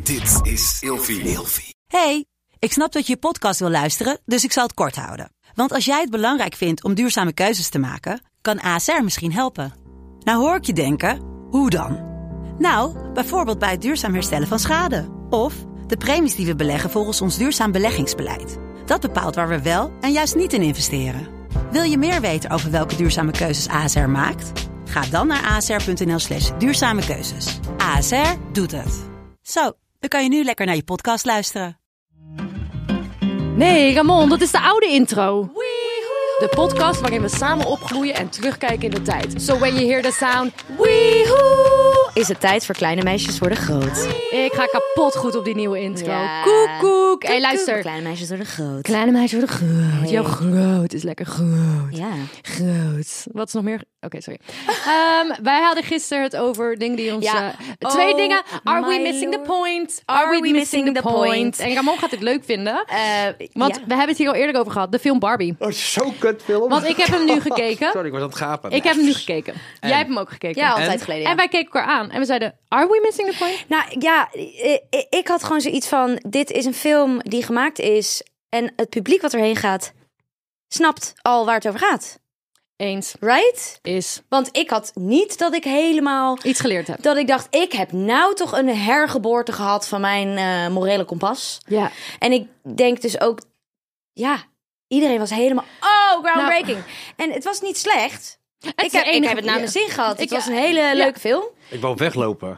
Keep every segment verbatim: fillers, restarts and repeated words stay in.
Dit is Ilfie. Ilfie. Hey, ik snap dat je je podcast wil luisteren, dus ik zal het kort houden. Want als jij het belangrijk vindt om duurzame keuzes te maken, kan A S R misschien helpen. Nou hoor ik je denken, hoe dan? Nou, bijvoorbeeld bij het duurzaam herstellen van schade. Of de premies die we beleggen volgens ons duurzaam beleggingsbeleid. Dat bepaalt waar we wel en juist niet in investeren. Wil je meer weten over welke duurzame keuzes A S R maakt? Ga dan naar asr.nl slash duurzame keuzes. A S R doet het. Zo, dan kan je nu lekker naar je podcast luisteren. Nee, Ramon, dat is de oude intro. De podcast waarin we samen opgroeien en terugkijken in de tijd. So when you hear the sound, weehoe, is het tijd voor kleine meisjes worden groot. ik ga kapot goed op die nieuwe intro. Ja. Koek, koek. Hé, hey, luister. Kleine meisjes worden groot. Kleine meisjes worden groot. Hey. Jouw groot is lekker groot. Ja. Groot. Wat is nog meer? Oké, okay, sorry. Um, wij hadden gisteren het over dingen die ons... Ja. Uh, twee Oh, dingen. Are we my missing the lord. point? Are, Are we, we missing, missing the, the point? point? En Ramon gaat het leuk vinden. Uh, Want ja. we hebben het hier al eerder over gehad. De film Barbie. Oh, zo'n kut film. Want ik heb hem nu gekeken. Sorry, ik was aan het gapen. Ik heb hem nu gekeken. En? Jij hebt hem ook gekeken. Ja, altijd En? geleden. Ja. En wij keken elkaar aan en we zeiden, are we missing the point? Nou ja, ik, ik had gewoon zoiets van, dit is een film die gemaakt is en het publiek wat erheen gaat, snapt al waar het over gaat. Eens. Right? Is Want ik had niet dat ik helemaal, iets geleerd heb. dat ik dacht, ik heb nou toch een hergeboorte gehad van mijn uh, morele kompas. Ja. En ik denk dus ook, ja, iedereen was helemaal, oh, groundbreaking. Nou, en het was niet slecht. Het Ik is heb, de enige- ik heb het naar ja. mijn zin gehad. Ik- Het was een ja. hele Ja. leuke film. Ik wou weglopen.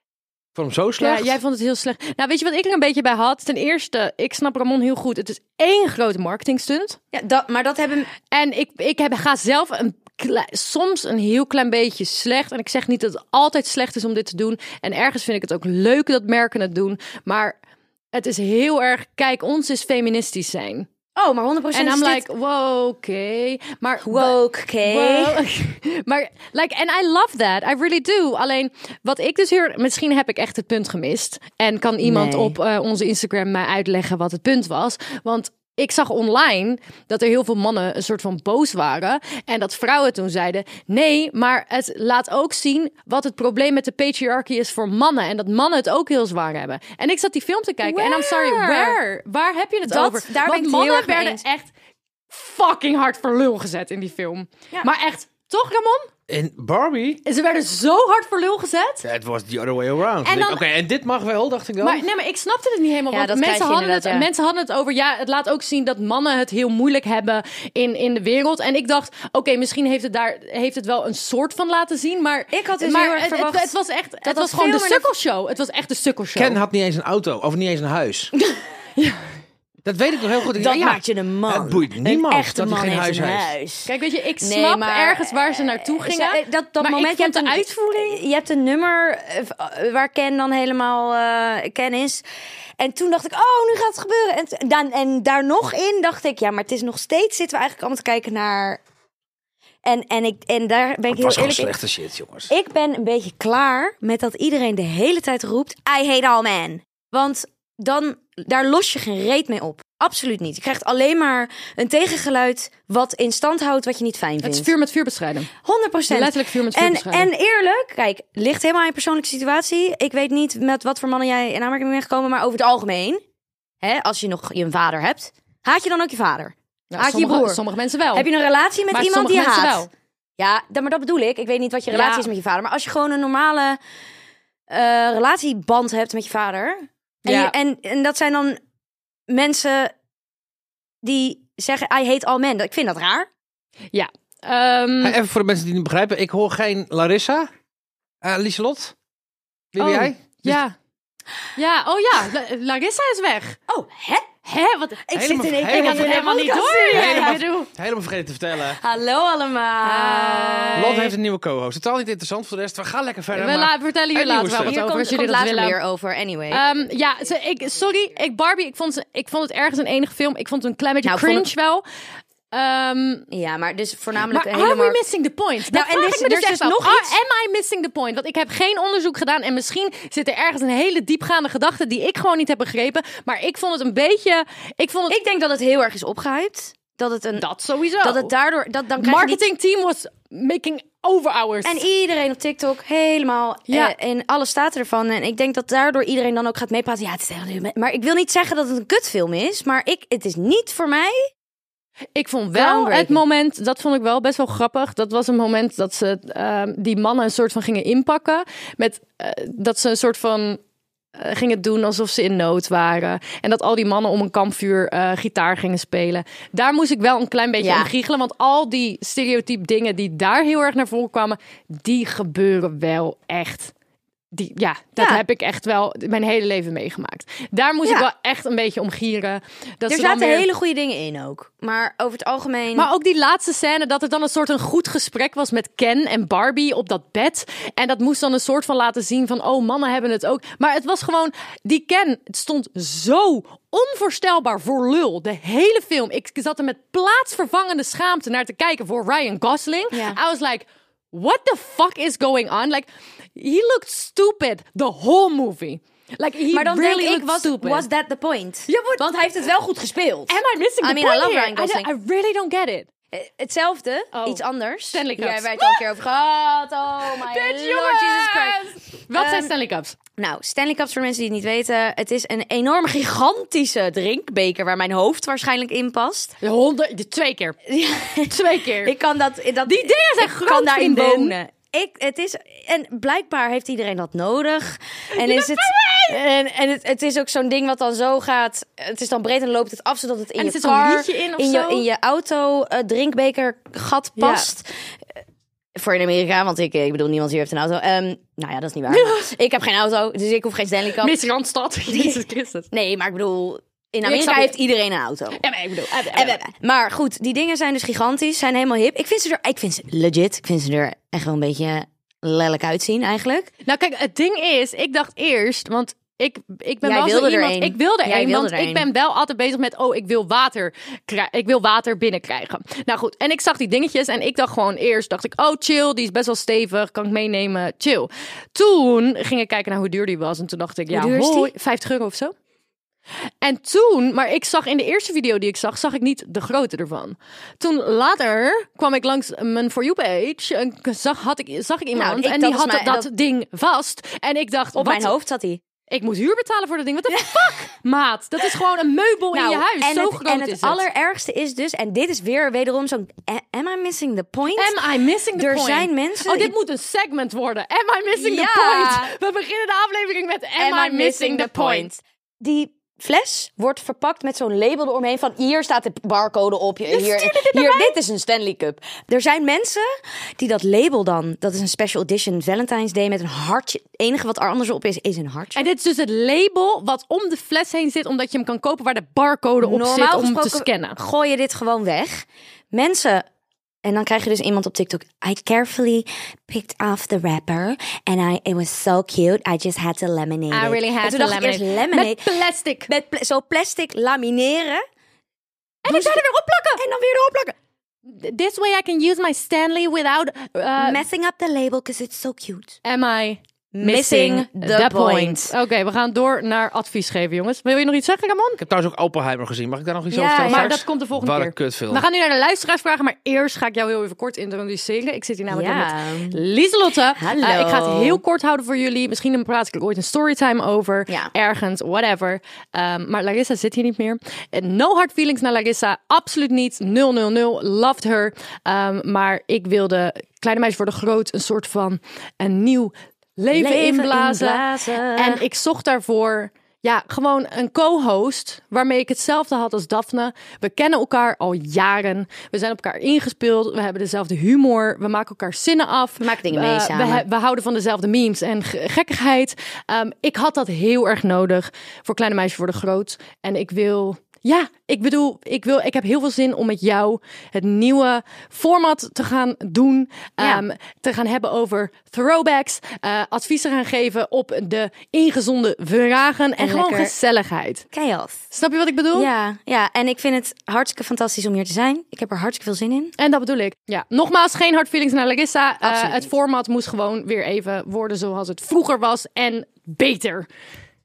Ik vond hem zo slecht. Ja, jij vond het heel slecht. Nou, weet je wat ik er een beetje bij had? Ten eerste, ik snap Ramon heel goed. Het is één grote marketingstunt. Ja, dat, maar dat hebben... En ik, ik heb, ga zelf een klei- soms een heel klein beetje slecht. En ik zeg niet dat het altijd slecht is om dit te doen. En ergens vind ik het ook leuk dat merken het doen. Maar het is heel erg, kijk, ons is feministisch zijn. Oh, maar honderd procent En I'm is like, wow, oké. Okay. Maar Woke, oké. Wow. Maar, like, and I love that. I really do. Alleen, wat ik dus hier... Misschien heb ik echt het punt gemist. En kan iemand Nee. op uh, onze Instagram mij uitleggen wat het punt was. Want ik zag online dat er heel veel mannen een soort van boos waren. En dat vrouwen toen zeiden, nee, maar het laat ook zien wat het probleem met de patriarchy is voor mannen. En dat mannen het ook heel zwaar hebben. En ik zat die film te kijken. En I'm sorry, where? Waar heb je het Dat- over? daar ben Want ik het heel mannen erg mee werden eens. echt fucking hard voor lul gezet in die film. Ja. Maar echt, toch Ramon? In Barbie? Ze werden zo hard voor lul gezet. Ja, het was the other way around. En Oké, dan- en dit mag wel, dacht ik dan. Maar, nee, maar ik snapte het niet helemaal. Ja, want dat mensen krijg je hadden, het, inderdaad, ja. mensen hadden het over... Ja, het laat ook zien dat mannen het heel moeilijk hebben in, in de wereld. En ik dacht, oké, okay, misschien heeft het, daar, heeft het wel een soort van laten zien. Maar, Ik had dus maar heel erg het, het, verwacht het was echt het dat was dat gewoon de veel meer sukkelshow. Het was echt de sukkelshow. Ken had niet eens een auto, of niet eens een huis. Dat weet ik nog heel goed. Ik Dat dacht, ja, maakt je een man. Het boeit niemand Een echte dat hij man geen heeft huis een heeft. huis. Kijk, weet je, ik Nee, snap maar, ergens waar ze naartoe eh, gingen. ze- Dat, dat maar moment, ik vond je de hebt een- uitvoering... Je hebt een nummer eh, waar Ken dan helemaal uh, Ken is. En toen dacht ik, oh, nu gaat het gebeuren. En, t- dan, en daar nog in dacht ik, ja, maar het is nog steeds... Zitten we eigenlijk allemaal te kijken naar... En, en, ik, en daar ben ik Het heel was gewoon eerlijk in. slechte shit, jongens. Ik ben een beetje klaar met dat iedereen de hele tijd roept... I hate all men. Want dan, daar los je geen reet mee op. Absoluut niet. Je krijgt alleen maar een tegengeluid... wat in stand houdt wat je niet fijn Het vindt. is vuur met vuur bestrijden. honderd procent. Letterlijk vuur met vuur En, bestrijden. en eerlijk, kijk, ligt helemaal aan je persoonlijke situatie. Ik weet niet met wat voor mannen jij in aanmerking bent gekomen... maar over het algemeen, hè, als je nog je vader hebt... haat je dan ook je vader? Ja, haat je je sommige, broer? sommige mensen wel. Heb je een relatie met Maar iemand die je sommige haat? mensen Ja, dat, maar dat bedoel ik. Ik weet niet wat je relatie Ja. is met je vader. Maar als je gewoon een normale uh, relatieband hebt met je vader... En, Ja. je, en, en dat zijn dan mensen die zeggen... I hate all men. Ik vind dat raar. Ja. Um, Hey, even voor de mensen die het niet begrijpen. Ik hoor geen Larissa. Uh, Lieselot. Wie ben oh, jij? Ja. Ja, oh ja. La- Larissa is weg. Oh, hè? Hè? Wat? Ik Helemaal- zit in één helemaal- keer in de helemaal niet podcast. door. Ja, Ja, ja. ik bedoel- Helemaal vergeten te vertellen. Hallo allemaal. Lot heeft een nieuwe co-host. Totaal niet interessant voor de rest. We gaan lekker verder. We maar... la- vertellen jullie Het later wel nieuwste. wat Hier over, komt, als jullie komt dat later willen. meer over, anyway. Um, ja, ze, ik, sorry, ik Barbie, ik vond, ze, ik vond het ergens een enige film. Ik vond het een klein beetje Nou, cringe vond ik- wel. Um, ja, maar dus voornamelijk... maar een are hele we markt- missing the point? Dat Nou, en vraag dus- ik me dus er is echt dus af. nog Are- iets- Am I missing the point? Want ik heb geen onderzoek gedaan en misschien zit er ergens een hele diepgaande gedachte die ik gewoon niet heb begrepen. Maar ik vond het een beetje... Ik vond het... Ik denk dat het heel erg is opgehyped. Dat het een... dat sowieso. Dat het daardoor... Dat, dan krijg je niet- marketing team was making overhours. En iedereen op TikTok helemaal. Ja. Eh, en alles staat ervan. En ik denk dat daardoor iedereen dan ook gaat meepraten. Ja, het is echt... Maar ik wil niet zeggen dat het een kutfilm is. Maar ik, het is niet voor mij... Ik vond wel het moment, dat vond ik wel best wel grappig. Dat was een moment dat ze uh, die mannen een soort van gingen inpakken. Met uh, dat ze een soort van uh, gingen doen alsof ze in nood waren. En dat al die mannen om een kampvuur uh, gitaar gingen spelen. Daar moest ik wel een klein beetje Ja. om giechelen. Want al die stereotype dingen die daar heel erg naar voren kwamen, die gebeuren wel echt. Die, ja, dat Ja. heb ik echt wel mijn hele leven meegemaakt. Daar moest Ja. ik wel echt een beetje om gieren. Dat Er ze dan zaten weer... hele goede dingen in ook. Maar over het algemeen... Maar ook die laatste scène, dat het dan een soort een goed gesprek was met Ken en Barbie op dat bed. En dat moest dan een soort van laten zien van, oh, mannen hebben het ook. Maar het was gewoon, die Ken, het stond zo onvoorstelbaar voor lul. De hele film. Ik zat er met plaatsvervangende schaamte naar te kijken voor Ryan Gosling. Ja. I was like, what the fuck is going on? Like, he looked stupid the whole movie. Like, he Maar dan really denk ik, looked was, stupid. was that the point? Ja, maar- Want hij heeft het wel goed gespeeld. Am I missing I the mean, point I love here? Ryan Gosling. I, don't- I really don't get it. Eh, Hetzelfde, Oh. iets anders. Stanley Cups. Jij hebben het al een keer over gehad. Oh my Dit, Lord jongens! Jesus Christ. Wat zijn Ehm, Stanley Cups? Nou, Stanley Cups voor mensen die het niet weten. Het is een enorme gigantische drinkbeker waar mijn hoofd waarschijnlijk in past. De honderd, de twee keer. Twee keer. Ik kan dat... dat Die dingen zijn ik groot, kan daarin vriendin. wonen. Ik, het is, en blijkbaar heeft iedereen dat nodig. En, is het, en, en het, het is ook zo'n ding wat dan zo gaat. Het is dan breed en loopt het af zodat het in En je er zit zo'n car, liedje in of in, zo? je, in je auto uh, drinkbeker gat Ja. past. Uh, Voor in Amerika, want ik, ik bedoel, niemand hier heeft een auto. Um, nou ja, dat is niet waar. maar ik heb geen auto, dus ik hoef geen Stanley Cup. Miss Randstad. Jezus Christus. Nee, maar ik bedoel, in snap Amerika je. heeft iedereen een auto. Ja, maar ik bedoel... eh, eh, Eh, eh, eh, Maar goed, die dingen zijn dus gigantisch, zijn helemaal hip. Ik vind ze er, ik vind ze legit, ik vind ze er echt wel een beetje lelijk uitzien eigenlijk. Nou kijk, het ding is, ik dacht eerst, want ik, ik ben Jij wel zo wilde er iemand... één. Ik wilde er Jij één, wilde want er ik één. ben wel altijd bezig met, oh, ik wil water krij- ik wil water binnenkrijgen. Nou goed, en ik zag die dingetjes en ik dacht gewoon eerst, dacht ik, oh chill, die is best wel stevig, kan ik meenemen, chill. Toen ging ik kijken naar hoe duur die was en toen dacht ik, ja, duur is die? hoi, vijftig euro of zo. En toen, maar ik zag in de eerste video die ik zag, zag ik niet de grootte ervan. Toen later kwam ik langs mijn For You page en zag, had ik, zag ik iemand Nou, ik- en dat die is had mijn- dat, dat- ding vast. En ik dacht, Op wat, mijn hoofd zat hij. ik moet huur betalen voor dat ding. What the fuck, maat? Dat is gewoon een meubel in je huis. Nou, en Zo het, groot en het is het. allerergste is dus, en dit is weer wederom zo'n, am I missing the point? Am I missing the Er point? zijn mensen- Oh, dit moet een segment worden. Am I missing Ja. the point? We beginnen de aflevering met Am, I missing the point? Die fles wordt verpakt met zo'n label eromheen van hier staat de barcode op. Hier, hier, stuurde dit naar hier mij. dit is een Stanley Cup. Er zijn mensen die dat label dan, dat is een special edition Valentine's Day met een hartje. Het enige wat er anders op is, is een hartje. En dit is dus het label wat om de fles heen zit, omdat je hem kan kopen waar de barcode op zit om te scannen. gooi je dit gewoon weg. Mensen, en dan krijg je dus iemand op TikTok. I carefully picked off the wrapper and I it was so cute. I just had to laminate I it. really En had toen to dacht ik eerst, laminate. laminate. Met plastic. Met pla- zo plastic lamineren. En dan verder weer opplakken. En dan weer erop plakken. This way I can use my Stanley without... uh, Messing up the label because it's so cute. am I Missing missing the the point. point? Oké, we gaan door naar advies geven, jongens. Wil je nog iets zeggen, Ramon? Ik heb trouwens ook Oppenheimer gezien. Mag ik daar nog iets Ja, over vertellen? Maar straks? dat komt de volgende Wat keer. een kutfilm. We gaan nu naar de luisteraarsvragen, maar eerst ga ik jou heel even kort introduceren. Ik zit hier namelijk Ja. met Lieselotte. Hallo. Uh, ik ga het heel kort houden voor jullie. Misschien praat ik er ooit een storytime over. Ja. Ergens, whatever. Um, maar Larissa zit hier niet meer. En no hard feelings naar Larissa. Absoluut niet. nul nul nul. Loved her. Um, maar ik wilde Kleine Meisje Worden Groot een soort van een nieuw leven, Leven inblazen. inblazen. En ik zocht daarvoor... Ja, gewoon een co-host waarmee ik hetzelfde had als Daphne. We kennen elkaar al jaren. We zijn op elkaar ingespeeld. We hebben dezelfde humor. We maken elkaar zinnen af. We maken dingen mee Uh, samen. We, he- we houden van dezelfde memes en ge- gekkigheid. Um, ik had dat heel erg nodig voor Kleine Meisjes Worden Groot. En ik wil... Ja, ik bedoel, ik, wil, ik heb heel veel zin om met jou het nieuwe format te gaan doen. Ja. Um, te gaan hebben over throwbacks. Uh, advies te gaan geven op de ingezonden vragen. En, En gewoon lekker- gezelligheid. Chaos. Snap je wat ik bedoel? Ja, ja, en ik vind het hartstikke fantastisch om hier te zijn. Ik heb er hartstikke veel zin in. En dat bedoel ik. Ja, nogmaals, geen hard feelings naar Larissa. Uh, Absoluut het niet. format moest gewoon weer even worden zoals het vroeger was. En beter.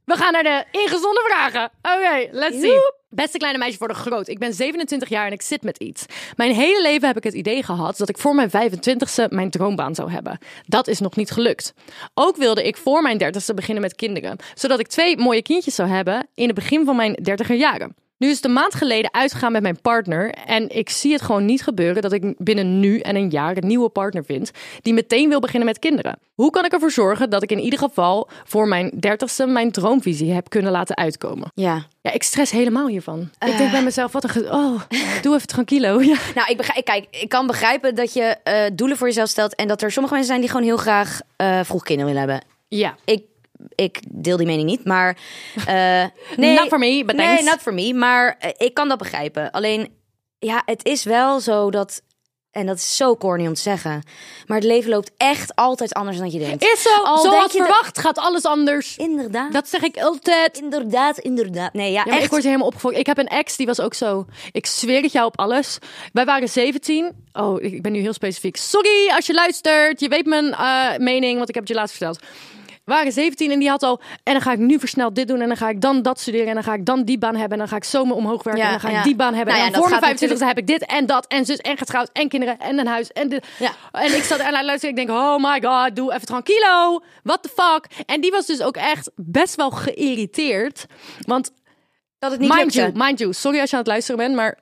We gaan naar de ingezonde vragen. Oké, okay, let's see. Beste kleine meisje worden groot. Ik ben zevenentwintig jaar en ik zit met iets. Mijn hele leven heb ik het idee gehad dat ik voor mijn vijfentwintigste mijn droombaan zou hebben. Dat is nog niet gelukt. Ook wilde ik voor mijn dertigste beginnen met kinderen. Zodat ik twee mooie kindjes zou hebben in het begin van mijn dertiger jaren. Nu is het een maand geleden uitgegaan met mijn partner en ik zie het gewoon niet gebeuren dat ik binnen nu en een jaar een nieuwe partner vind die meteen wil beginnen met kinderen. Hoe kan ik ervoor zorgen dat ik in ieder geval voor mijn dertigste mijn droomvisie heb kunnen laten uitkomen? Ja. Ja, ik stress helemaal hiervan. Uh. Ik denk bij mezelf, wat een... Ge- oh, doe even tranquilo. Ja. Nou, ik, begrijp, kijk, ik kan begrijpen dat je uh, doelen voor jezelf stelt en dat er sommige mensen zijn die gewoon heel graag uh, vroeg kinderen willen hebben. Ja. Ik Ik deel die mening niet, maar... Uh, nee, not for me, but nee, thanks. not for me, maar uh, ik kan dat begrijpen. Alleen, ja, het is wel zo dat... En dat is zo corny om te zeggen. Maar het leven loopt echt altijd anders dan je denkt. Is zo, Al zoals denk je verwacht gaat alles anders. Inderdaad. Dat zeg ik altijd. Inderdaad, inderdaad. Nee, ja, Ja, echt. ik word er helemaal opgefokt. Ik heb een ex, die was ook zo. Ik zweer het jou op alles. Wij waren zeventien. Oh, ik ben nu heel specifiek. Sorry als je luistert. Je weet mijn uh, mening, want ik heb het je laatst verteld. We waren zeventien en die had al... En dan ga ik nu versneld dit doen. En dan ga ik dan dat studeren. En dan ga ik dan die baan hebben. En dan ga ik zo me omhoog werken. Ja, en dan ga ja. ik die baan hebben. Nou en ja, dan voor dat mijn gaat vijfentwintigste heb ik dit en dat. En zus en getrouwd. En kinderen. En een huis. En, dit. Ja. En ik zat en aan luisteren. Ik denk, oh my god, doe even tranquilo. What the fuck? En die was dus ook echt best wel geïrriteerd. Want... Dat het niet mind lukte. you, mind you. Sorry als je aan het luisteren bent, maar...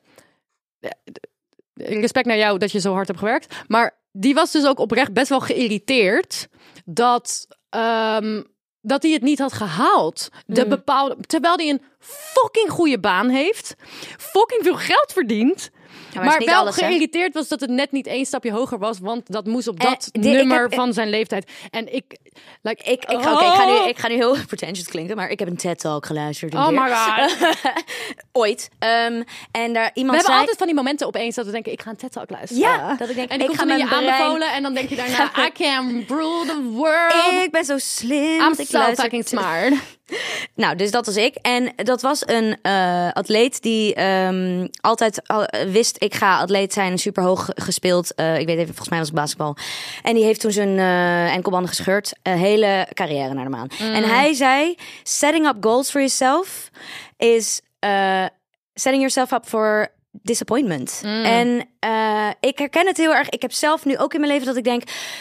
Respect naar jou dat je zo hard hebt gewerkt. Maar die was dus ook oprecht best wel geïrriteerd dat... Um, dat hij het niet had gehaald. De Mm. bepaalde, terwijl hij een fucking goede baan heeft. Fucking veel geld verdient. Ja, maar is niet wel alles, hè? geïrriteerd was dat het net niet één stapje hoger was. Want dat moest op Eh, dat de- ik nummer heb- van zijn leeftijd. En ik... Like, Ik, ik, ga, oké, ik, ga nu, Oh. ik ga nu heel pretentious klinken, maar ik heb een TED-talk geluisterd. een Oh keer. my god. Ooit. Um, en daar We iemand hebben zei... altijd van die momenten opeens dat we denken, ik ga een TED-talk luisteren. Ja, dat ik denk, en die ik komt ga dan in je mijn brein- aanbevolen en dan denk je daarna, I can rule the world. Ik ben zo slim. I'm want ik so luister- fucking smart. Nou, dus dat was ik. En dat was een uh, atleet die um, altijd al, wist... ik ga atleet zijn, super hoog gespeeld. Uh, ik weet even, volgens mij was het basketbal. En die heeft toen zijn uh, enkelbanden gescheurd. Een hele carrière naar de maan. Mm. En hij zei, setting up goals for yourself... is uh, setting yourself up for disappointment. Mm. En uh, ik herken het heel erg. Ik heb zelf nu ook in mijn leven dat ik denk...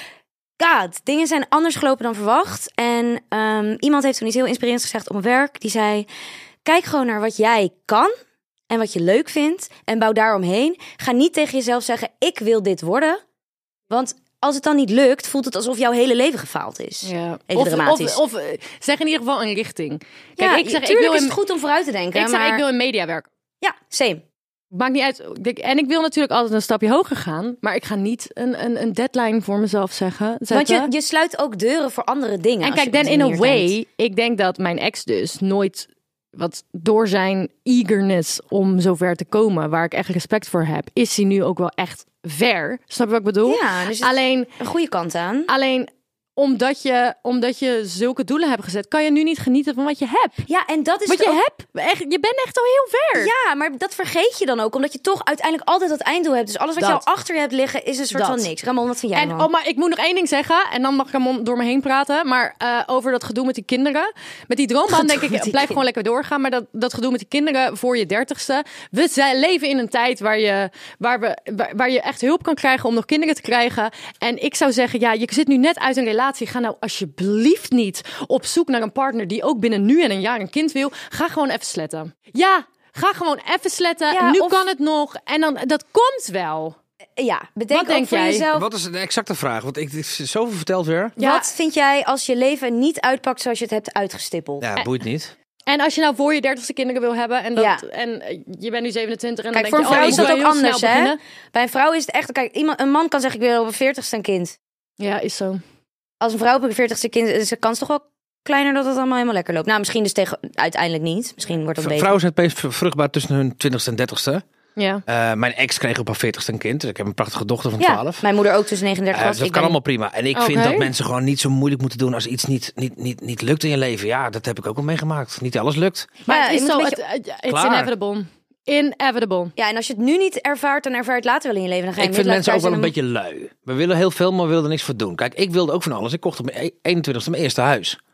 God, dingen zijn anders gelopen dan verwacht. En um, iemand heeft toen iets heel inspirerends gezegd op mijn werk. Die zei, kijk gewoon naar wat jij kan en wat je leuk vindt. En bouw daaromheen. Ga niet tegen jezelf zeggen, ik wil dit worden. Want als het dan niet lukt, voelt het alsof jouw hele leven gefaald is. Ja. Even of, dramatisch. Of, of zeg in ieder geval een richting. Kijk, Ja, ik zeg, ik tuurlijk wil is in, het goed om vooruit te denken. ik zeg, maar... ik wil in media werken. Ja, same. Maakt niet uit. En ik wil natuurlijk altijd een stapje hoger gaan. Maar ik ga niet een, een, een deadline voor mezelf zeggen. Zetten. Want je, je sluit ook deuren voor andere dingen. En als kijk, je op then die in a manier way, denkt. ik denk dat mijn ex dus nooit, wat door zijn eagerness om zover te komen, waar ik echt respect voor heb, is hij nu ook wel echt ver. Snap je wat ik bedoel? Ja, dus het- alleen, een goede kant aan. alleen omdat je, omdat je zulke doelen hebt gezet, kan je nu niet genieten van wat je hebt. Ja, en dat is Wat het je ook- hebt, echt, je bent echt al heel ver. Ja, maar dat vergeet je dan ook. Omdat je toch uiteindelijk altijd dat einddoel hebt. Dus alles wat Dat. je al achter je hebt liggen is een soort Dat. van niks. Ramon, wat vind jij En dan? oh, maar ik moet nog één ding zeggen. En dan mag Ramon door me heen praten. Maar uh, over dat gedoe met die kinderen. Met die droombaan Gedoe denk ik, met die blijf kind- gewoon lekker doorgaan. Maar dat, dat gedoe met die kinderen voor je dertigste. We zijn, leven in een tijd waar je, waar, we, waar, waar je echt hulp kan krijgen om nog kinderen te krijgen. En ik zou zeggen, ja, je zit nu net uit een relatie. Ga nou alsjeblieft niet op zoek naar een partner die ook binnen nu en een jaar een kind wil. Ga gewoon even sletten. Ja, ga gewoon even sletten. Ja, nu of- kan het nog. En dan, dat komt wel. Ja, bedenk Wat ook denk voor jij? jezelf. Wat is de exacte vraag? Want ik, ik zoveel verteld weer. Ja. Wat vind jij als je leven niet uitpakt zoals je het hebt uitgestippeld? Ja, boeit niet. En als je nou voor je dertigste kinderen wil hebben en, dat, Ja. en eh, je bent nu zevenentwintig en Kijk, dan voor een denk vrouw je, is oh, dat ik ook wil heel anders, snel hè? beginnen. Bij een vrouw is het echt... Kijk, iemand, een man kan zeggen, ik wil op een veertigste een kind. Ja, is zo. Als een vrouw op een veertigste kind is de kans toch wel kleiner dat het allemaal helemaal lekker loopt. Nou, misschien dus tegen uiteindelijk niet. Misschien wordt het beter. Vrouwen zijn het meest vruchtbaar tussen hun twintigste en dertigste. Ja. Uh, mijn ex kreeg op haar veertigste een kind. Dus ik heb een prachtige dochter van Ja, twaalf. mijn moeder ook tussen negenendertig Uh, was. dus dat Ik kan ben- allemaal prima. En ik vind Oké. dat mensen gewoon niet zo moeilijk moeten doen als iets niet, niet, niet, niet lukt in je leven. Ja, dat heb ik ook al meegemaakt. Niet alles lukt. Maar Ja, het je is moet zo, een het, beetje- het- it's Klaar. inevitable. Inevitable. Ja, en als je het nu niet ervaart, dan ervaar je het later wel in je leven. Dan ga je Ik vind mensen ook wel een midlife beetje lui. We willen heel veel, maar we willen er niks voor doen. Kijk, ik wilde ook van alles. Ik kocht op mijn eenentwintigste mijn eerste huis.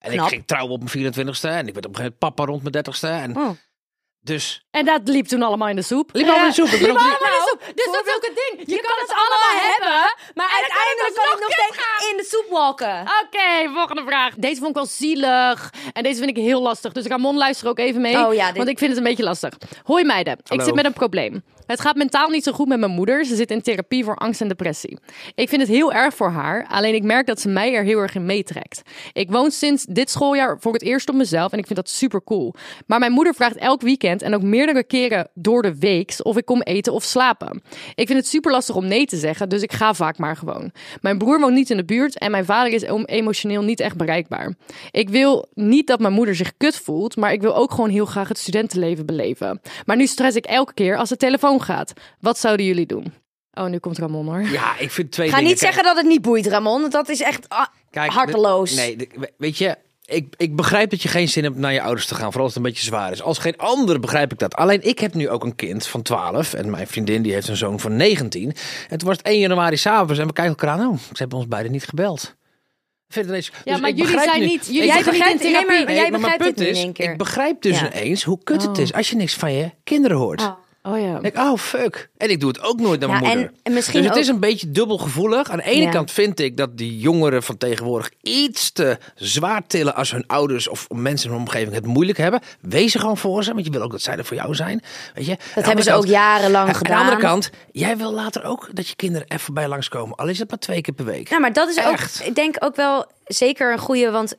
En Knap. ik ging trouwen op mijn vierentwintigste. En ik werd op een gegeven moment papa rond mijn dertigste. En Oh. dus... En dat liep toen allemaal in de soep. Liep allemaal in de soep. Ik Liep bedoel, allemaal in de Nou, soep. Dus dat is ook het ding. Je, Je kan, kan het het allemaal hebben. Maar En dan uiteindelijk kan kan het ik nog nog steeds in de soep walken. Oké, volgende vraag. Deze vond ik wel zielig. En deze vind ik heel lastig. Dus Ramon, luister ook even mee. Oh ja, dit- Want ik vind het een beetje lastig. Hoi meiden, Hallo. ik zit met een probleem. Het gaat mentaal niet zo goed met mijn moeder. Ze zit in therapie voor angst en depressie. Ik vind het heel erg voor haar. Alleen ik merk dat ze mij er heel erg in meetrekt. Ik woon sinds dit schooljaar voor het eerst op mezelf. En ik vind dat super cool. Maar mijn moeder vraagt elk weekend en ook meerdere keren door de week of ik kom eten of slapen. Ik vind het super lastig om nee te zeggen. Dus ik ga vaak maar gewoon. Mijn broer woont niet in de buurt. En mijn vader is emotioneel niet echt bereikbaar. Ik wil niet dat mijn moeder zich kut voelt. Maar ik wil ook gewoon heel graag het studentenleven beleven. Maar nu stress ik elke keer als de telefoon gaat. Wat zouden jullie doen? Oh, nu komt Ramon hoor. Ja, ik vind twee Ga dingen. niet zeggen dat het niet boeit, Ramon. Want dat is echt ah, Kijk, harteloos. de- nee, de- weet je, ik, ik begrijp dat je geen zin hebt naar je ouders te gaan. Vooral als het een beetje zwaar is. Als geen ander begrijp ik dat. Alleen ik heb nu ook een kind van twaalf. En mijn vriendin die heeft een zoon van negentien. En het was één januari s'avonds. En we kijken elkaar aan. Oh, ze hebben ons beiden niet gebeld. Ik vind het ineens- Ja, dus maar ik jullie begrijp zijn nu- niet- jullie ik zijn begrijp- niet in nee, maar, therapie. maar jij Nee, maar mijn begrijpt punt het nu in is, één keer. ik begrijp dus Ja. ineens hoe kut het is als je niks van je kinderen hoort. Oh. Oh ja. Ik, oh fuck. En ik doe het ook nooit naar mijn Ja, en- moeder. en misschien dus het ook- is een beetje dubbelgevoelig. Aan de ene Ja. kant vind ik dat die jongeren van tegenwoordig iets te zwaar tillen als hun ouders of mensen in hun omgeving het moeilijk hebben. Wees er gewoon voor ze, want je wil ook dat zij er voor jou zijn. Weet je? Dat hebben ze ook jarenlang Aan gedaan. de andere kant, jij wil later ook dat je kinderen even bij langskomen. Al is het maar twee keer per week. Nou, maar dat is ook, Echt. ik denk ook wel zeker een goede, want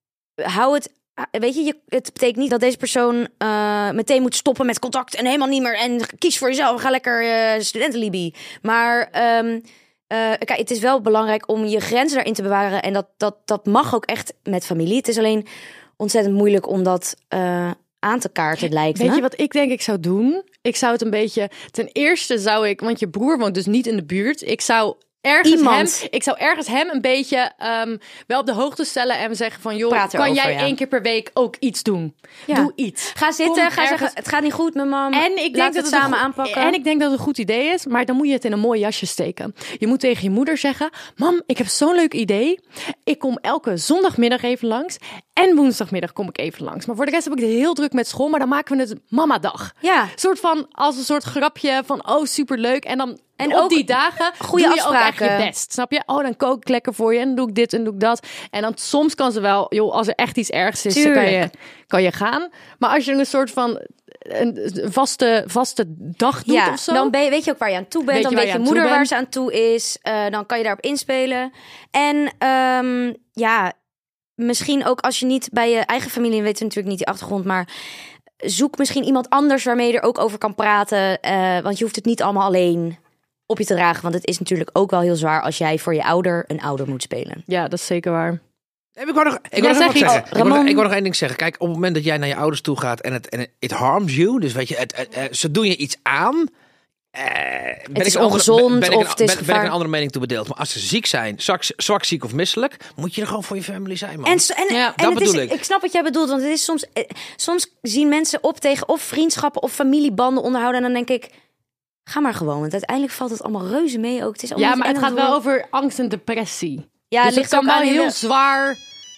hou het, weet je, je het betekent niet dat deze persoon eh, meteen moet stoppen met contact en helemaal niet meer en kies voor jezelf, ga lekker uh, studentenlibie. Maar ehm, eh, kijk, het is wel belangrijk om je grenzen daarin te bewaren en dat, dat, dat mag ook echt met familie. Het is alleen ontzettend moeilijk om dat uh, aan te kaarten, lijkt Weet me. je wat ik denk ik zou doen? Ik zou het een beetje... Ten eerste zou ik... Want je broer woont dus niet in de buurt. Ik zou... Ergens Iemand. hem, ik zou ergens hem een beetje um, wel op de hoogte stellen en zeggen van joh, Praat kan erover, jij ja. één keer per week ook iets doen? Ja. Doe iets. Ga zitten, Kom ga ergens- zeggen, het gaat niet goed met mam. En ik denk Laat dat het een samen goed- aanpakken. En ik denk dat het een goed idee is, maar dan moet je het in een mooi jasje steken. Je moet tegen je moeder zeggen: mam, ik heb zo'n leuk idee. Ik kom elke zondagmiddag even langs en woensdagmiddag kom ik even langs. Maar voor de rest heb ik het heel druk met school, maar dan maken we het mamadag. Ja. Een soort van als een soort grapje van oh superleuk en dan En op ook die dagen goede doe je ook echt afspraken. je best, snap je? Oh, dan kook ik lekker voor je en dan doe ik dit en doe ik dat. En dan soms kan ze wel, joh, als er echt iets ergs is, dan kan je, Tuurlijk. kan je gaan. Maar als je een soort van een vaste, vaste dag doet Ja, of zo. dan ben je, weet je ook waar je aan toe bent. Weet je Dan waar weet je je aan toe moeder waar bent. ze aan toe is. Uh, dan kan je daarop inspelen. En um, ja, misschien ook als je niet bij je eigen familie, weet je natuurlijk niet die achtergrond, maar zoek misschien iemand anders waarmee je er ook over kan praten. Uh, want je hoeft het niet allemaal alleen op je te dragen. Want het is natuurlijk ook wel heel zwaar als jij voor je ouder een ouder moet spelen. Ja, dat is zeker waar. Nee, ik wou nog, ik Ja, wou nog zeg wat iets. zeggen. Oh, ik, wou nog, Ramon. ik wou nog één ding zeggen. Kijk, op het moment dat jij naar je ouders toe gaat en het, en het it harms you, dus weet je, het, het, het- ze doen je iets aan. eh, ben is ik een andere- ongezond ben, ben ik of een- het is ben, ben ik gevaar. een andere mening toe bedeeld. Maar als ze ziek zijn, zwak, zwak, ziek of misselijk, moet je er gewoon voor je family zijn, man. En, so- en, Ja, en dat het is, bedoel ik. ik snap wat jij bedoelt, want het is soms, eh, soms zien mensen op tegen of vriendschappen of familiebanden onderhouden. En dan denk ik, ga maar gewoon, want uiteindelijk valt het allemaal reuze mee ook. Het is allemaal Ja, niet maar het eng gaat om te wel doen. over angst en depressie. Ja, dus het het ligt kan ook wel aan in heel de- zwaar.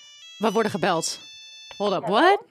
We worden gebeld. Hold up, what?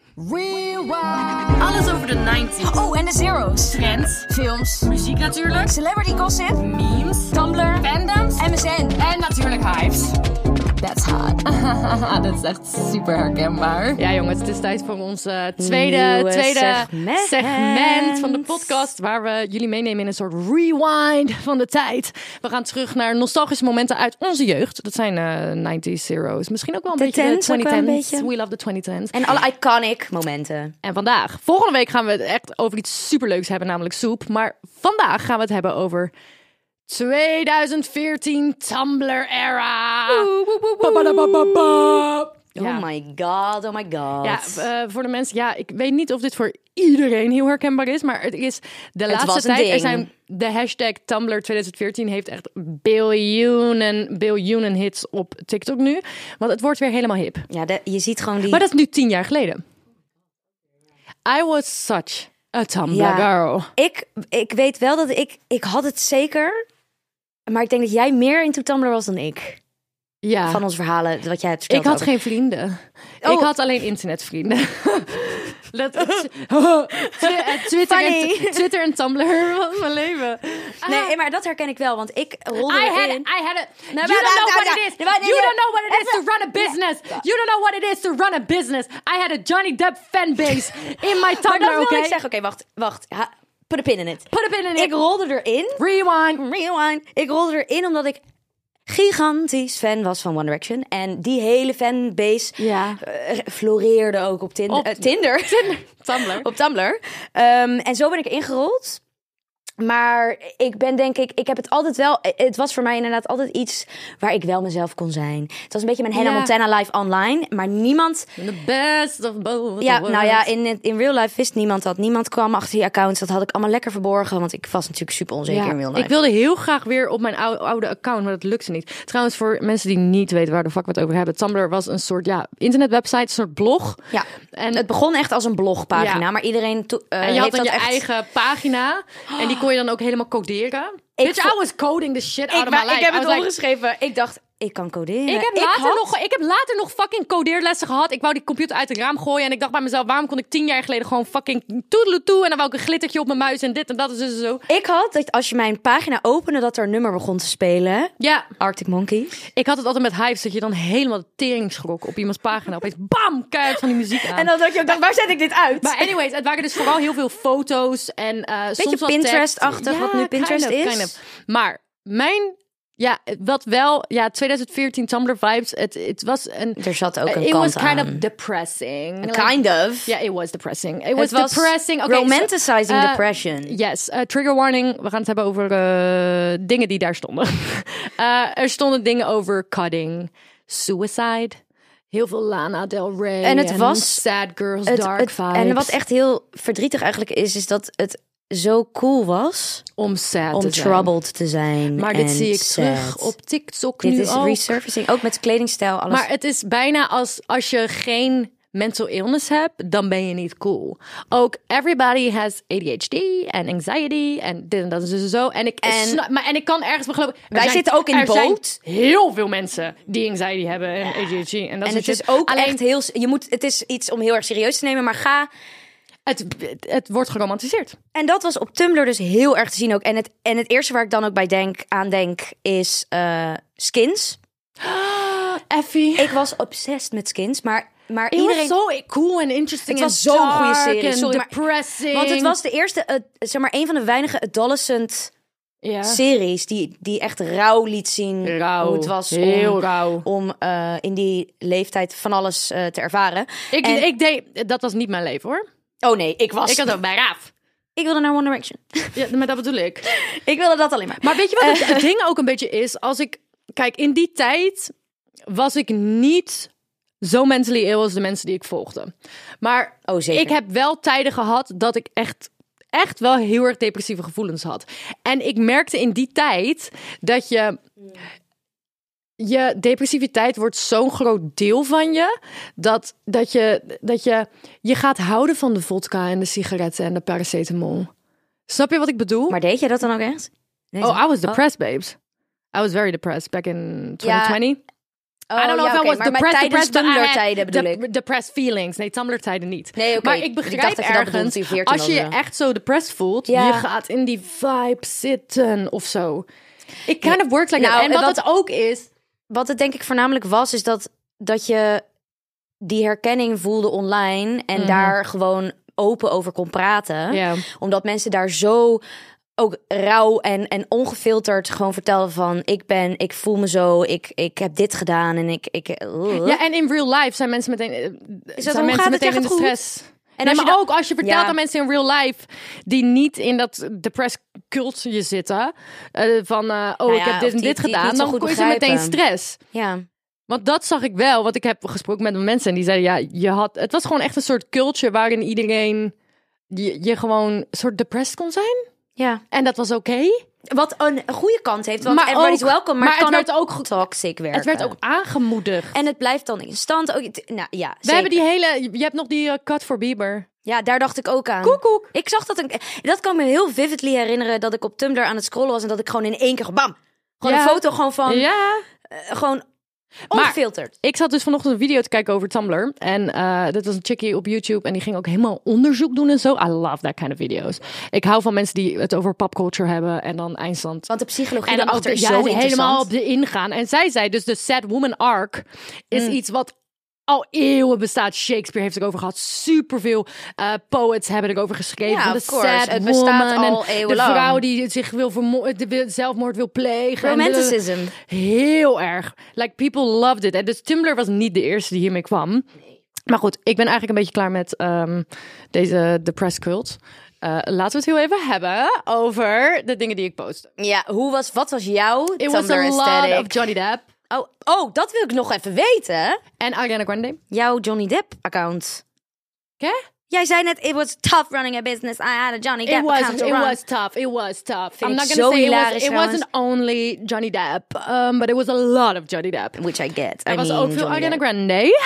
Alles over de negentig. Oh, en de zeros. Trends, Films, muziek natuurlijk, celebrity gossip, memes, Tumblr, fandoms M S N. en natuurlijk hypes. That's hot. Dat is echt super herkenbaar. Ja, jongens, het is tijd voor ons eh, tweede, Nieuwe tweede segment. segment van de podcast. Waar we jullie meenemen in een soort rewind van de tijd. We gaan terug naar nostalgische momenten uit onze jeugd. Dat zijn eh nineties zeros. Misschien ook wel een De beetje tens de ook wel een twintig tens. beetje. We love the twintig tens. En alle iconic momenten. En vandaag, volgende week gaan we het echt over iets superleuks hebben, namelijk soep. Maar vandaag gaan we het hebben over twintig veertien Tumblr era. Ja. Oh my god, oh my god. Ja, uh, voor de mensen, ja, ik weet niet of dit voor iedereen heel herkenbaar is, maar het is de Het laatste was een tijd. Er ding. zijn de hashtag Tumblr twintig veertien heeft echt biljoenen, biljoenen hits op TikTok nu, want het wordt weer helemaal hip. Ja, de- je ziet gewoon die... Maar dat is nu tien jaar geleden. I was such a Tumblr Ja. girl. ik, ik weet wel dat ik... Ik had het zeker, maar ik denk dat jij meer into Tumblr was dan ik. Ja. van onze verhalen, wat jij hebt verteld. Ik had over. geen vrienden. Oh. Ik had alleen internetvrienden. Dat, Twi- Twitter, Funny. en, Twitter en Tumblr was mijn leven. Nee, maar dat herken ik wel, want ik rolde I had, erin. I had a, you maar- don't know nou, what nou, it is. nou, nou, You nou, don't know what it is to even- run a business. You don't know what it is to run a business. I had a Johnny Depp fanbase in my Maar Tumblr, dat wil okay? ik zeggen. Oké, wacht, wacht. Ha, put a pin in it. Put a pin in Ik it. rolde erin. Rewind. Rewind. Ik rolde erin omdat ik gigantisch fan was van One Direction. En die hele fanbase Ja. eh, floreerde ook op Tinder. Op- eh, Tinder. Tumblr. op Tumblr. Ehm, en zo ben ik ingerold. Maar ik ben denk ik, ik heb het altijd wel, het was voor mij inderdaad altijd iets waar ik wel mezelf kon zijn. Het was een beetje mijn Hannah Ja. Montana live online, maar niemand, The best of both ja, worlds. nou ja, in, in real life wist niemand dat. Niemand kwam achter die accounts, dat had ik allemaal lekker verborgen, want ik was natuurlijk super onzeker Ja, in real life. ik wilde heel graag weer op mijn oude, oude account, maar dat lukte niet. Trouwens, voor mensen die niet weten waar de fuck we het over hebben. Tumblr was een soort ja, internetwebsite, een soort blog. Ja, En het begon echt als een blogpagina, Ja. maar iedereen to, uh, En je heeft had dan dat je echt... eigen pagina. En die kon je dan ook helemaal coderen. Ik Bitch, vo- I was coding the shit out Ik, of my maar, life. ik heb I het was like, opgeschreven. Ik dacht, ik kan coderen. ik heb, later had- nog, ik heb later nog fucking codeerlessen gehad. Ik wou die computer uit het raam gooien. En ik dacht bij mezelf, waarom kon ik tien jaar geleden gewoon fucking toedeloetoe. En dan wou ik een glittertje op mijn muis en dit en dat en dus en zo. Ik had dat als je mijn pagina opende, dat er een nummer begon te spelen. Ja, Arctic Monkeys. ik had het altijd met Hives, dat je dan helemaal de tering schrok op iemands pagina. Opeens bam, keihard van die muziek aan. En dan dacht je ook, dacht, waar zet ik dit uit? Maar anyways, het waren dus vooral heel veel foto's en eh soms wat tekst. Pinterest-achtig, wat nu Pinterest kind of, is. kind of. Maar mijn, ja, wat wel, ja, twintig veertien Tumblr vibes, het, het was een... Er zat ook een It kant was kind aan. of depressing. Like- Kind of. Ja, it was depressing. It was, Het was depressing. Okay, romanticizing so, uh, depression. Yes, uh, trigger warning. We gaan het hebben over uh, dingen die daar stonden. uh, er stonden dingen over cutting, suicide, heel veel Lana Del Rey En het was- sad girls, Het- dark het- vibes. en wat echt heel verdrietig eigenlijk is, is dat het zo cool was om sad om te zijn. troubled te zijn. Maar dit en zie ik sad. terug op TikTok Dit nu is ook. resurfacing, ook met kledingstijl, alles. Maar het is bijna als als je geen mental illness hebt, dan ben je niet cool. Ook everybody has A D H D en anxiety en dit en dat en zo en zo. En ik, En- snap, maar, en ik kan ergens begrijpen. er Wij zijn- zitten ook in er de zijn boot. heel veel mensen die anxiety hebben en A D H D. En, dat en soort het shit. is ook Alleen, echt heel... Je moet, het is iets om heel erg serieus te nemen, maar ga... Het, het, het wordt geromantiseerd. En dat was op Tumblr dus heel erg te zien ook. En het, en het eerste waar ik dan ook bij denk, aan denk is eh, Skins. Effie. Ik was obsessed met Skins, maar, maar It iedereen... was so cool en interesting. Het was en zo'n goede dark serie, en sorry, maar- depressing. Want het was de eerste, eh, zeg maar, een van de weinige adolescent ja. series die, die echt rauw liet zien Rauw. hoe het was Heel om, rauw. om eh, in die leeftijd van alles eh, te ervaren. Ik, En- ik deed, dat was niet mijn leven hoor. Oh nee, ik was... Ik had ook bij Raaf. Ik wilde naar One Direction. Ja, maar dat bedoel ik. Ik wilde dat alleen maar. Maar weet je wat het, het ding ook een beetje is? Als ik, kijk, in die tijd was ik niet zo mentally ill als de mensen die ik volgde. Maar Oh, zeker. ik heb wel tijden gehad dat ik echt, echt wel heel erg depressieve gevoelens had. En ik merkte in die tijd dat je... Je depressiviteit wordt zo'n groot deel van je dat, dat, je, dat je je gaat houden van de vodka en de sigaretten en de paracetamol. Snap je wat ik bedoel? Maar deed je dat dan ook echt? Nee, Oh, zo. I was depressed, babes. I was very depressed back in twenty twenty. Oh, I don't know ja, if I oké, was maar depressed, tijdens depressed, but I had Tumblr-tijden bedoel de- ik. Depressed feelings. Nee, Tumblr-tijden niet. Nee, oké. Maar ik Ik begrijp dacht dat je dat ergens, bedoelde, die veertien als je je of zo. echt zo depressed voelt, Ja. je gaat in die vibe zitten of zo. Ik kind of work like Nou, that. En wat, wat- het ook is... Wat het denk ik voornamelijk was, is dat, dat je die herkenning voelde online en Mhm. daar gewoon open over kon praten. Ja. Omdat mensen daar zo ook rauw en, en ongefilterd gewoon vertelden van ik ben, ik voel me zo, ik, ik heb dit gedaan en ik... ik uh. Ja, en in real life zijn mensen meteen, eh, dat- zijn hoe mensen gaat het? meteen Zeg in het de goed? stress. En Nee, als je maar dat- ook als je vertelt Ja. aan mensen in real life die niet in dat depressed cultje zitten, eh, van eh, oh, Nou ik ja, heb dit of en die- dit die het gedaan, niet zo dan goed kon je ze meteen begrijpen. stress. Ja. Want dat zag ik wel, want ik heb gesproken met mensen en die zeiden ja, je had, het was gewoon echt een soort culture waarin iedereen je, je gewoon een soort depressed kon zijn. Ja. En dat was oké. Wat een goede kant heeft, want Maar everybody's ook- welcome, maar, maar het kan het werd ook, ook- toxic werken. Het werd ook aangemoedigd. En het blijft dan in stand. Ook, nou ja, We zeker. hebben die hele, je hebt nog die eh, cut voor Bieber. Ja, daar dacht ik ook aan. Koekoek. Ik zag dat, een, dat kan me heel vividly herinneren dat ik op Tumblr aan het scrollen was en dat ik gewoon in één keer, bam, gewoon Ja. een foto gewoon van, Ja. eh, gewoon Ongefilterd. Ik zat dus vanochtend een video te kijken over Tumblr. En uh, dat was een chickie op YouTube. En die ging ook helemaal onderzoek doen en zo. I love that kind of video's. Ik hou van mensen die het over popculture hebben. En dan eindstand. Want de psychologie En dan erachter ook is ja, zo helemaal interessant. op de ingaan. En zij zei dus de sad woman arc is Mm. iets wat al eeuwen bestaat. Shakespeare heeft het over gehad. Superveel uh, poets hebben erover geschreven. Ja, Van of de course. sad Het bestaat woman al en eeuwenlang. de vrouw die zich wil vermo- de wil- zelfmoord wil plegen. En de- Romanticism. Heel erg. Like, people loved it. En dus Tumblr was niet de eerste die hiermee kwam. Maar goed, ik ben eigenlijk een beetje klaar met um, deze depressed cult. Uh, laten we het heel even hebben over de dingen die ik post. Ja, hoe was, wat was jouw It was Tumblr a lot aesthetic? of Johnny Depp Oh, oh, dat wil ik nog even weten. en Ariana Grande. Jouw Johnny Depp-account. Oké? Jij zei net, it was tough running a business. I had a Johnny It Depp was, account to it run. was tough. It was tough. Vind I'm ik not zo gonna say it, was, hilarisch it trouwens. wasn't only Johnny Depp, um, but it was a lot of Johnny Depp. Which I get. Er I was mean, ook veel Johnny Ariana Depp. Grande.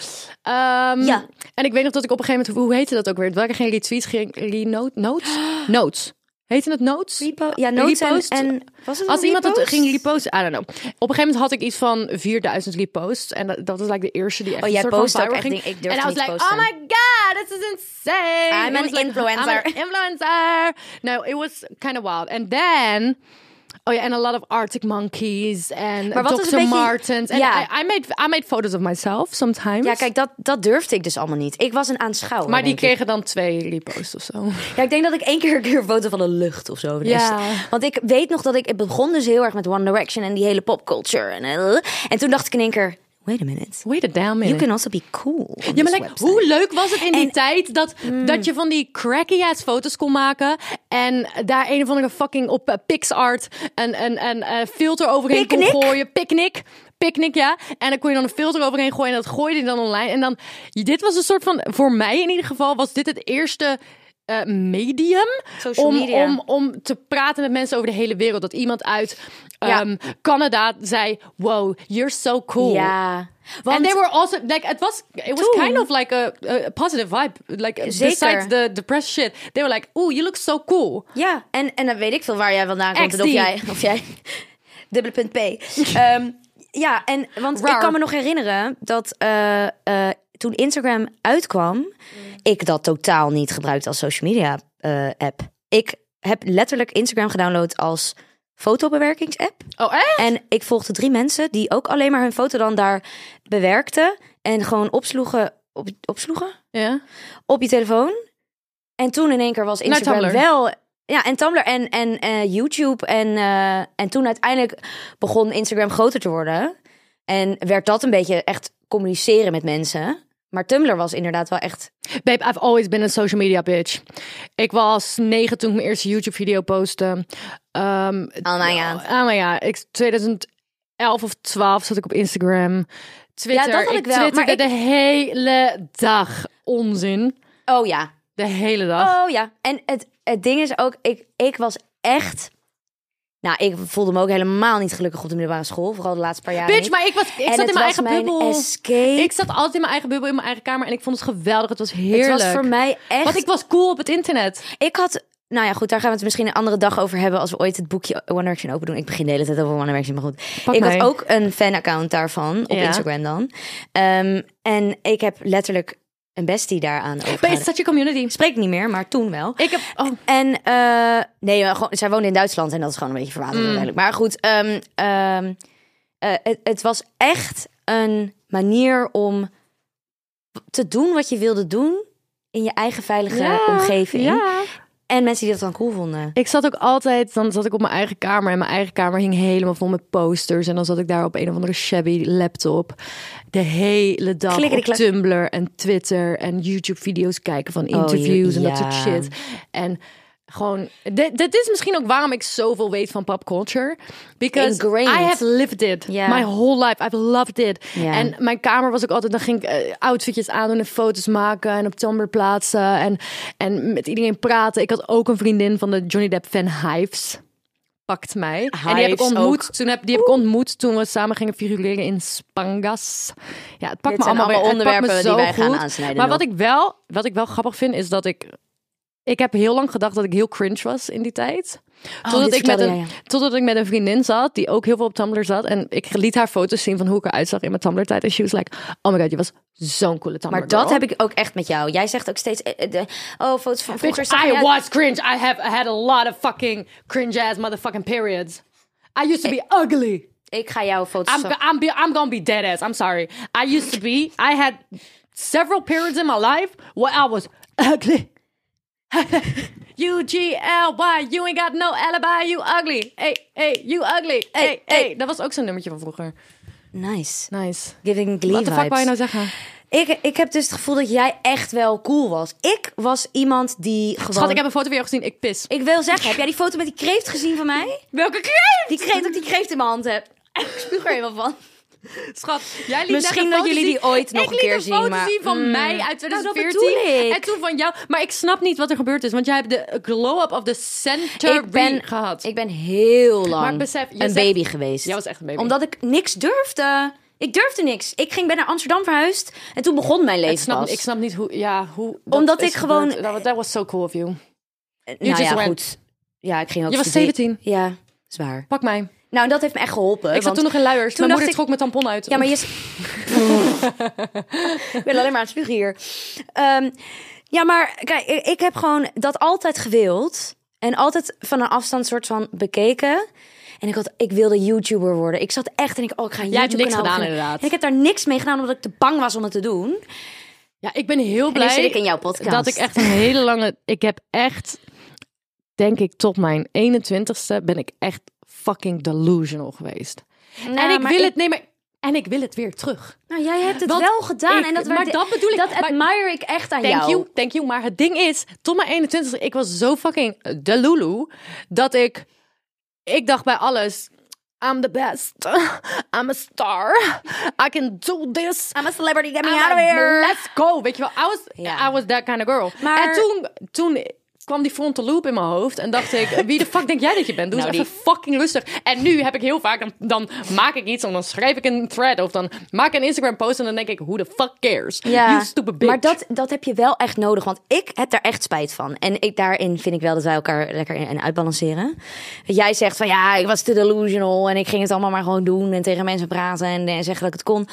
Um, Ja. En ik weet nog dat ik op een gegeven moment, hoe heette dat ook weer? Het waren geen retweets, geen renote, notes? Notes. Heette het notes? Repo- ja, notes en, Repost? en... Was het Als een iemand het repost? ging reposten, I don't know. Op een gegeven moment had ik iets van vierduizend reposts. En dat, dat was like de eerste die echt Oh, een jij soort van post ook viral echt ging. dingen- ik durfde en I was niet like, posten. oh my god, this is insane. I'm It an was like, influencer. I'm an influencer. No, it was kind of wild. And then... Oh ja, en a lot of Arctic Monkeys en Maar wat is een doctor beetje- Martens. En Ja. I, I, made, I made photos of myself sometimes. Ja, kijk, dat, dat durfde ik dus allemaal niet. Ik was een aanschouwer. maar die denk ik. kregen dan twee reposts of zo. Ja, ik denk dat ik één keer een keer een foto van de lucht of zo. Ja. Want ik weet nog dat ik... Het begon dus heel erg met One Direction en die hele popculture. En, eh, en toen dacht ik in één keer... Wait a minute. Wait a damn minute. You can also be cool on Ja, maar this like, website. hoe leuk was het in die En- tijd dat, dat je van die cracky-ass foto's kon maken en daar een of andere fucking op uh, PixArt een, een, een uh, filter overheen Picnic? kon gooien. Picnic. Picnic, ja. En dan kon je dan een filter overheen gooien en dat gooide je dan online. En dan, dit was een soort van, voor mij in ieder geval, was dit het eerste... Uh, medium Social om, media. om, om te praten met mensen over de hele wereld. Dat iemand uit Ja. um, Canada zei, wow, you're so cool. Ja. Want And they were also like it was it was Toen- kind of like a, a positive vibe, like Zeker. besides the depressed shit. They were like, "Ooh, you look so cool." Ja, en, en dan weet ik veel waar jij vandaan komt. X D. En of jij, of jij dubbele punt P. Ehm, ja, en want Raar. ik kan me nog herinneren dat eh, eh, toen Instagram uitkwam, ik dat totaal niet gebruikte als social media eh, app. Ik heb letterlijk Instagram gedownload als fotobewerkingsapp. Oh, echt? En ik volgde drie mensen die ook alleen maar hun foto dan daar bewerkten en gewoon opsloegen, op, opsloegen Ja. op je telefoon. En toen in één keer was Instagram Tumblr. wel... Ja, en Tumblr en, en eh, YouTube. En, eh, en toen uiteindelijk begon Instagram groter te worden. En werd dat een beetje echt communiceren met mensen. Maar Tumblr was inderdaad wel echt... Babe, I've always been a social media bitch. Ik was negen toen ik mijn eerste YouTube video postte. Um, Oh my god. Oh my god. Ik twintig elf of twaalf zat ik op Instagram. Twitter. Ja, dat had ik wel, twitterde maar ik- de hele dag onzin. Oh ja. De hele dag. Oh ja. En het, het ding is ook... Ik, ik was echt... Nou, ik voelde me ook helemaal niet gelukkig op de middelbare school. Vooral de laatste paar jaren Bitch, niet. maar ik, was, ik En zat het in mijn was eigen mijn bubbel. escape. Ik zat altijd in mijn eigen bubbel, in mijn eigen kamer. En ik vond het geweldig. Het was heerlijk. Het was voor mij echt... Want ik was cool op het internet. Ik had... Nou ja, goed, daar gaan we het misschien een andere dag over hebben... als we ooit het boekje One Direction open doen. Ik begin de hele tijd over One Direction, maar goed. Pak ik mij. had ook een fan-account daarvan, op Ja. Instagram dan. Um, en ik heb letterlijk een bestie daaraan But it's overgehouden. such a community. Spreek niet meer, maar toen wel. Ik heb... Oh. En uh, nee, maar gewoon, zij woonde in Duitsland en dat is gewoon een beetje verwaterd Mm. uiteindelijk. Maar goed, um, um, uh, het, het was echt een manier om te doen wat je wilde doen... in je eigen veilige omgeving. Ja. En mensen die dat dan cool vonden. Ik zat ook altijd, dan zat ik op mijn eigen kamer en mijn eigen kamer hing helemaal vol met posters. En dan zat ik daar op een of andere shabby laptop de hele dag op Klikkeriklik. Tumblr en Twitter en YouTube-video's kijken van interviews Oh, en dat ja. soort shit. En gewoon, dit, dit is misschien ook waarom ik zoveel weet van pop culture. Because Ingrained. I have lived it. Ja. My whole life. I've loved it. Ja. En mijn kamer was ook altijd, dan ging ik uh, outfitjes aandoen en foto's maken en op Tumblr plaatsen en, en met iedereen praten. Ik had ook een vriendin van de Johnny Depp fan Hives. Pakt mij. En die heb ik Hives ontmoet. ook. Toen heb, die heb ik ontmoet toen we samen gingen figureren in Spangas. Ja, het pakt Dit me zijn allemaal weer. allemaal Het pakt me onderwerpen zo die wij gaan goed. aansnijden Maar nog. wat ik wel, wat ik wel grappig vind is dat ik, ik heb heel lang gedacht dat ik heel cringe was in die tijd. Totdat, dit ik met vertelde een, jij, ja. totdat ik met een vriendin zat, die ook heel veel op Tumblr zat. En ik liet haar foto's zien van hoe ik eruit zag in mijn Tumblr-tijd. En she was like, oh my god, je was zo'n coole Tumblr Maar dat girl. heb ik ook echt met jou. Jij zegt ook steeds, eh, de, oh, foto's van vroeger. Bitch, zag I je- was cringe. I have I had a lot of fucking cringe-ass motherfucking periods. I used to be ugly. Ik ga jouw foto's... I'm, zo- I'm, be, I'm gonna be dead ass. I'm sorry. I used to be, I had several periods in my life where I was ugly. U G L Y, you ain't got no alibi, you ugly. Hey, hey, you ugly. Hey, hey. hey. Dat was ook zo'n nummertje van vroeger. Nice. Nice. Giving Glee Wat de fuck vibes. wou je nou zeggen? Ik, ik heb dus het gevoel dat jij echt wel cool was. Ik was iemand die gewoon... Schat, ik heb een foto van jou gezien. Ik pis. Ik wil zeggen, heb jij die foto met die kreeft gezien van mij? Welke kreeft? Die kreeft, dat ik die kreeft in mijn hand heb. Ik spuug er helemaal van. Schat, jij liet Misschien net een dat foto jullie zien. die ooit nog ik een keer liet zien, een foto maar- zien van Mm. mij uit Nou, dat twintig bedoel veertien. ik. En toen van jou. Maar ik snap niet wat er gebeurd is. Want jij hebt de glow-up of the center Ik ben, gehad. ik ben heel lang Maar besef, je een zegt- baby geweest. Jij was echt een baby. Omdat ik niks durfde. Ik durfde niks. Ik ging ben naar Amsterdam verhuisd. En toen begon mijn ik leven snap, pas. ik snap niet hoe... Ja, hoe dat Omdat is ik gewoon- gebeurd. That was, that was so cool of you. Nou just ja, went. goed. Ja, ik ging ook Je was studeren. zeventien. Ja, zwaar. Pak mij. Nou, dat heeft me echt geholpen. Ik zat want- toen nog in luiers. toen Mijn moeder dacht trok mijn tampon uit. Ja, maar je... ik ben alleen maar aan het spugen hier. Ehm, ja, maar kijk, ik, ik heb gewoon dat altijd gewild. En altijd van een afstand soort van bekeken. En ik, had, ik wilde YouTuber worden. Ik zat echt en ik, oh, ik ga een Jij hebt YouTube niks kanaal gedaan, beginnen. inderdaad. En ik heb daar niks mee gedaan omdat ik te bang was om het te doen. Ja, ik ben heel En blij nu zit ik in jouw podcast. dat ik echt een hele lange... Ik heb echt, denk ik, tot mijn eenentwintigste ben ik echt fucking delusional geweest. Nou, en ik maar wil ik- het... Nee, maar, en ik wil het weer terug. Nou, jij hebt het Want wel gedaan. ik- en dat, maar waarde- dat bedoel ik. Dat Maar- admire ik echt aan Thank jou. you, thank you. Maar het ding is, tot mijn eenentwintigste, ik was zo fucking delulu, dat ik... Ik dacht bij alles... I'm the best. I'm a star. I can do this. I'm a celebrity, get me I'm out of like, here. Let's go. Weet je wel, I was, Ja. I was that kind of girl. Maar- En toen, toen kwam die frontal loop in mijn hoofd. En dacht ik, wie de fuck denk jij dat je bent? Doe Nou, eens even fucking rustig. En nu heb ik heel vaak, dan, dan maak ik iets. En dan schrijf ik een thread. Of dan maak ik een Instagram post. En dan denk ik, who the fuck cares? You stupid bitch. Maar dat, dat heb je wel echt nodig. Want ik heb daar echt spijt van. En ik, daarin vind ik wel dat wij elkaar lekker in, in uitbalanceren. Jij zegt van ja, ik was te delusional. En ik ging het allemaal maar gewoon doen. En tegen mensen praten. En, en zeggen dat ik het kon.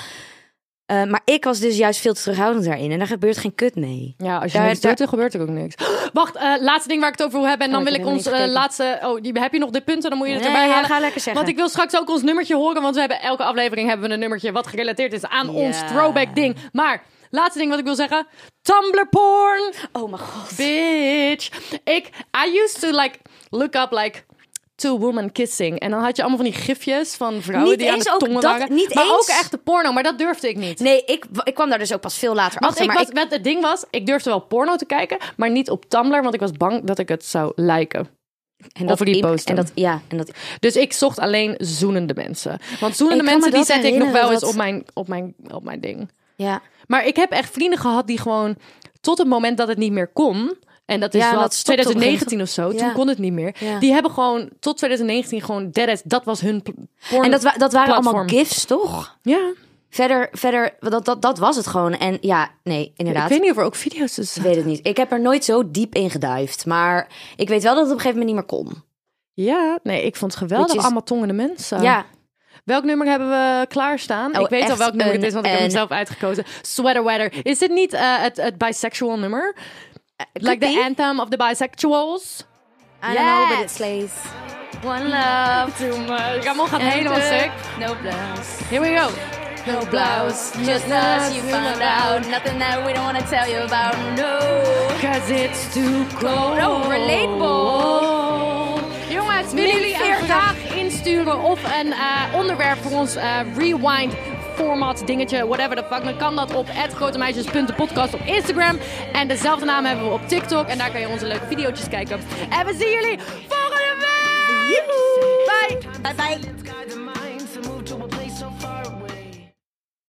Uh, maar ik was dus juist veel te terughoudend daarin. En daar gebeurt geen kut mee. Ja, als je Daar- niks doet, dan gebeurt er ook niks. Wacht, uh, laatste ding waar ik het over wil hebben. En dan Oh, ik wil ik heb ons helemaal uh, niet laatste... Oh, die, heb je nog de punten? Dan moet je het Nee, erbij ja, halen. ga lekker zeggen. Want ik wil straks ook ons nummertje horen. Want we hebben elke aflevering hebben we een nummertje wat gerelateerd is aan Ja. ons throwback ding. Maar, laatste ding wat ik wil zeggen. Tumblr porn. Oh mijn god. Bitch. Ik, I used to like look up like... two women kissing. En dan had je allemaal van die gifjes van vrouwen Niet die aan eens de ook tongen dat- waren. niet maar eens. ook echt de porno. Maar dat durfde ik niet. Nee, ik, ik kwam daar dus ook pas veel later Want achter. ik maar was, wat het ding was, ik durfde wel porno te kijken, maar niet op Tumblr, want ik was bang dat ik het zou liken. en over die i- posten. En dat, ja, en dat, Dus ik zocht alleen zoenende mensen. Want zoenende Ik kan me mensen, die dat zet ik nog herinneren wel eens dat- op mijn, op, mijn, op mijn ding. ja. Maar ik heb echt vrienden gehad die gewoon, tot het moment dat het niet meer kon... En dat is Ja, wat dat stopte op een twintig gegeven negentien of zo. Ja. Toen kon het niet meer. Ja. Die hebben gewoon tot twintig negentien gewoon deadass. Dat was hun pl- porn En dat, wa- dat waren allemaal platform. gifs, toch? Ja. Verder, verder dat, dat, dat was het gewoon. En ja, nee, inderdaad. Ik weet niet of er ook video's tussen Ik zaten. weet het niet. Ik heb er nooit zo diep in geduift. Maar ik weet wel dat het op een gegeven moment niet meer kon. Ja, nee, ik vond het geweldig. Which is- Allemaal tongende mensen. Ja, Welk nummer hebben we klaarstaan? Oh, ik weet al echt welk nummer het een- is, want ik heb hem een- zelf uitgekozen. Sweater Weather. Is dit niet eh, het, het bisexual nummer? Like the be. anthem of the bisexuals? I don't know, but Yes. it slays. One love. Too much. Ramon gaat helemaal stuk. No blouse. Here we go. No blouse. Just us, you found out. Nothing that we don't want to tell you about. No. Cause it's too cold. Oh, relatable. Jongens, willen jullie een veertig. vraag insturen of een eh, onderwerp voor ons eh, rewind format dingetje, whatever the fuck, dan kan dat op at grotemeisjes punt de podcast op Instagram. En dezelfde naam hebben we op TikTok. En daar kan je onze leuke video's kijken. En we zien jullie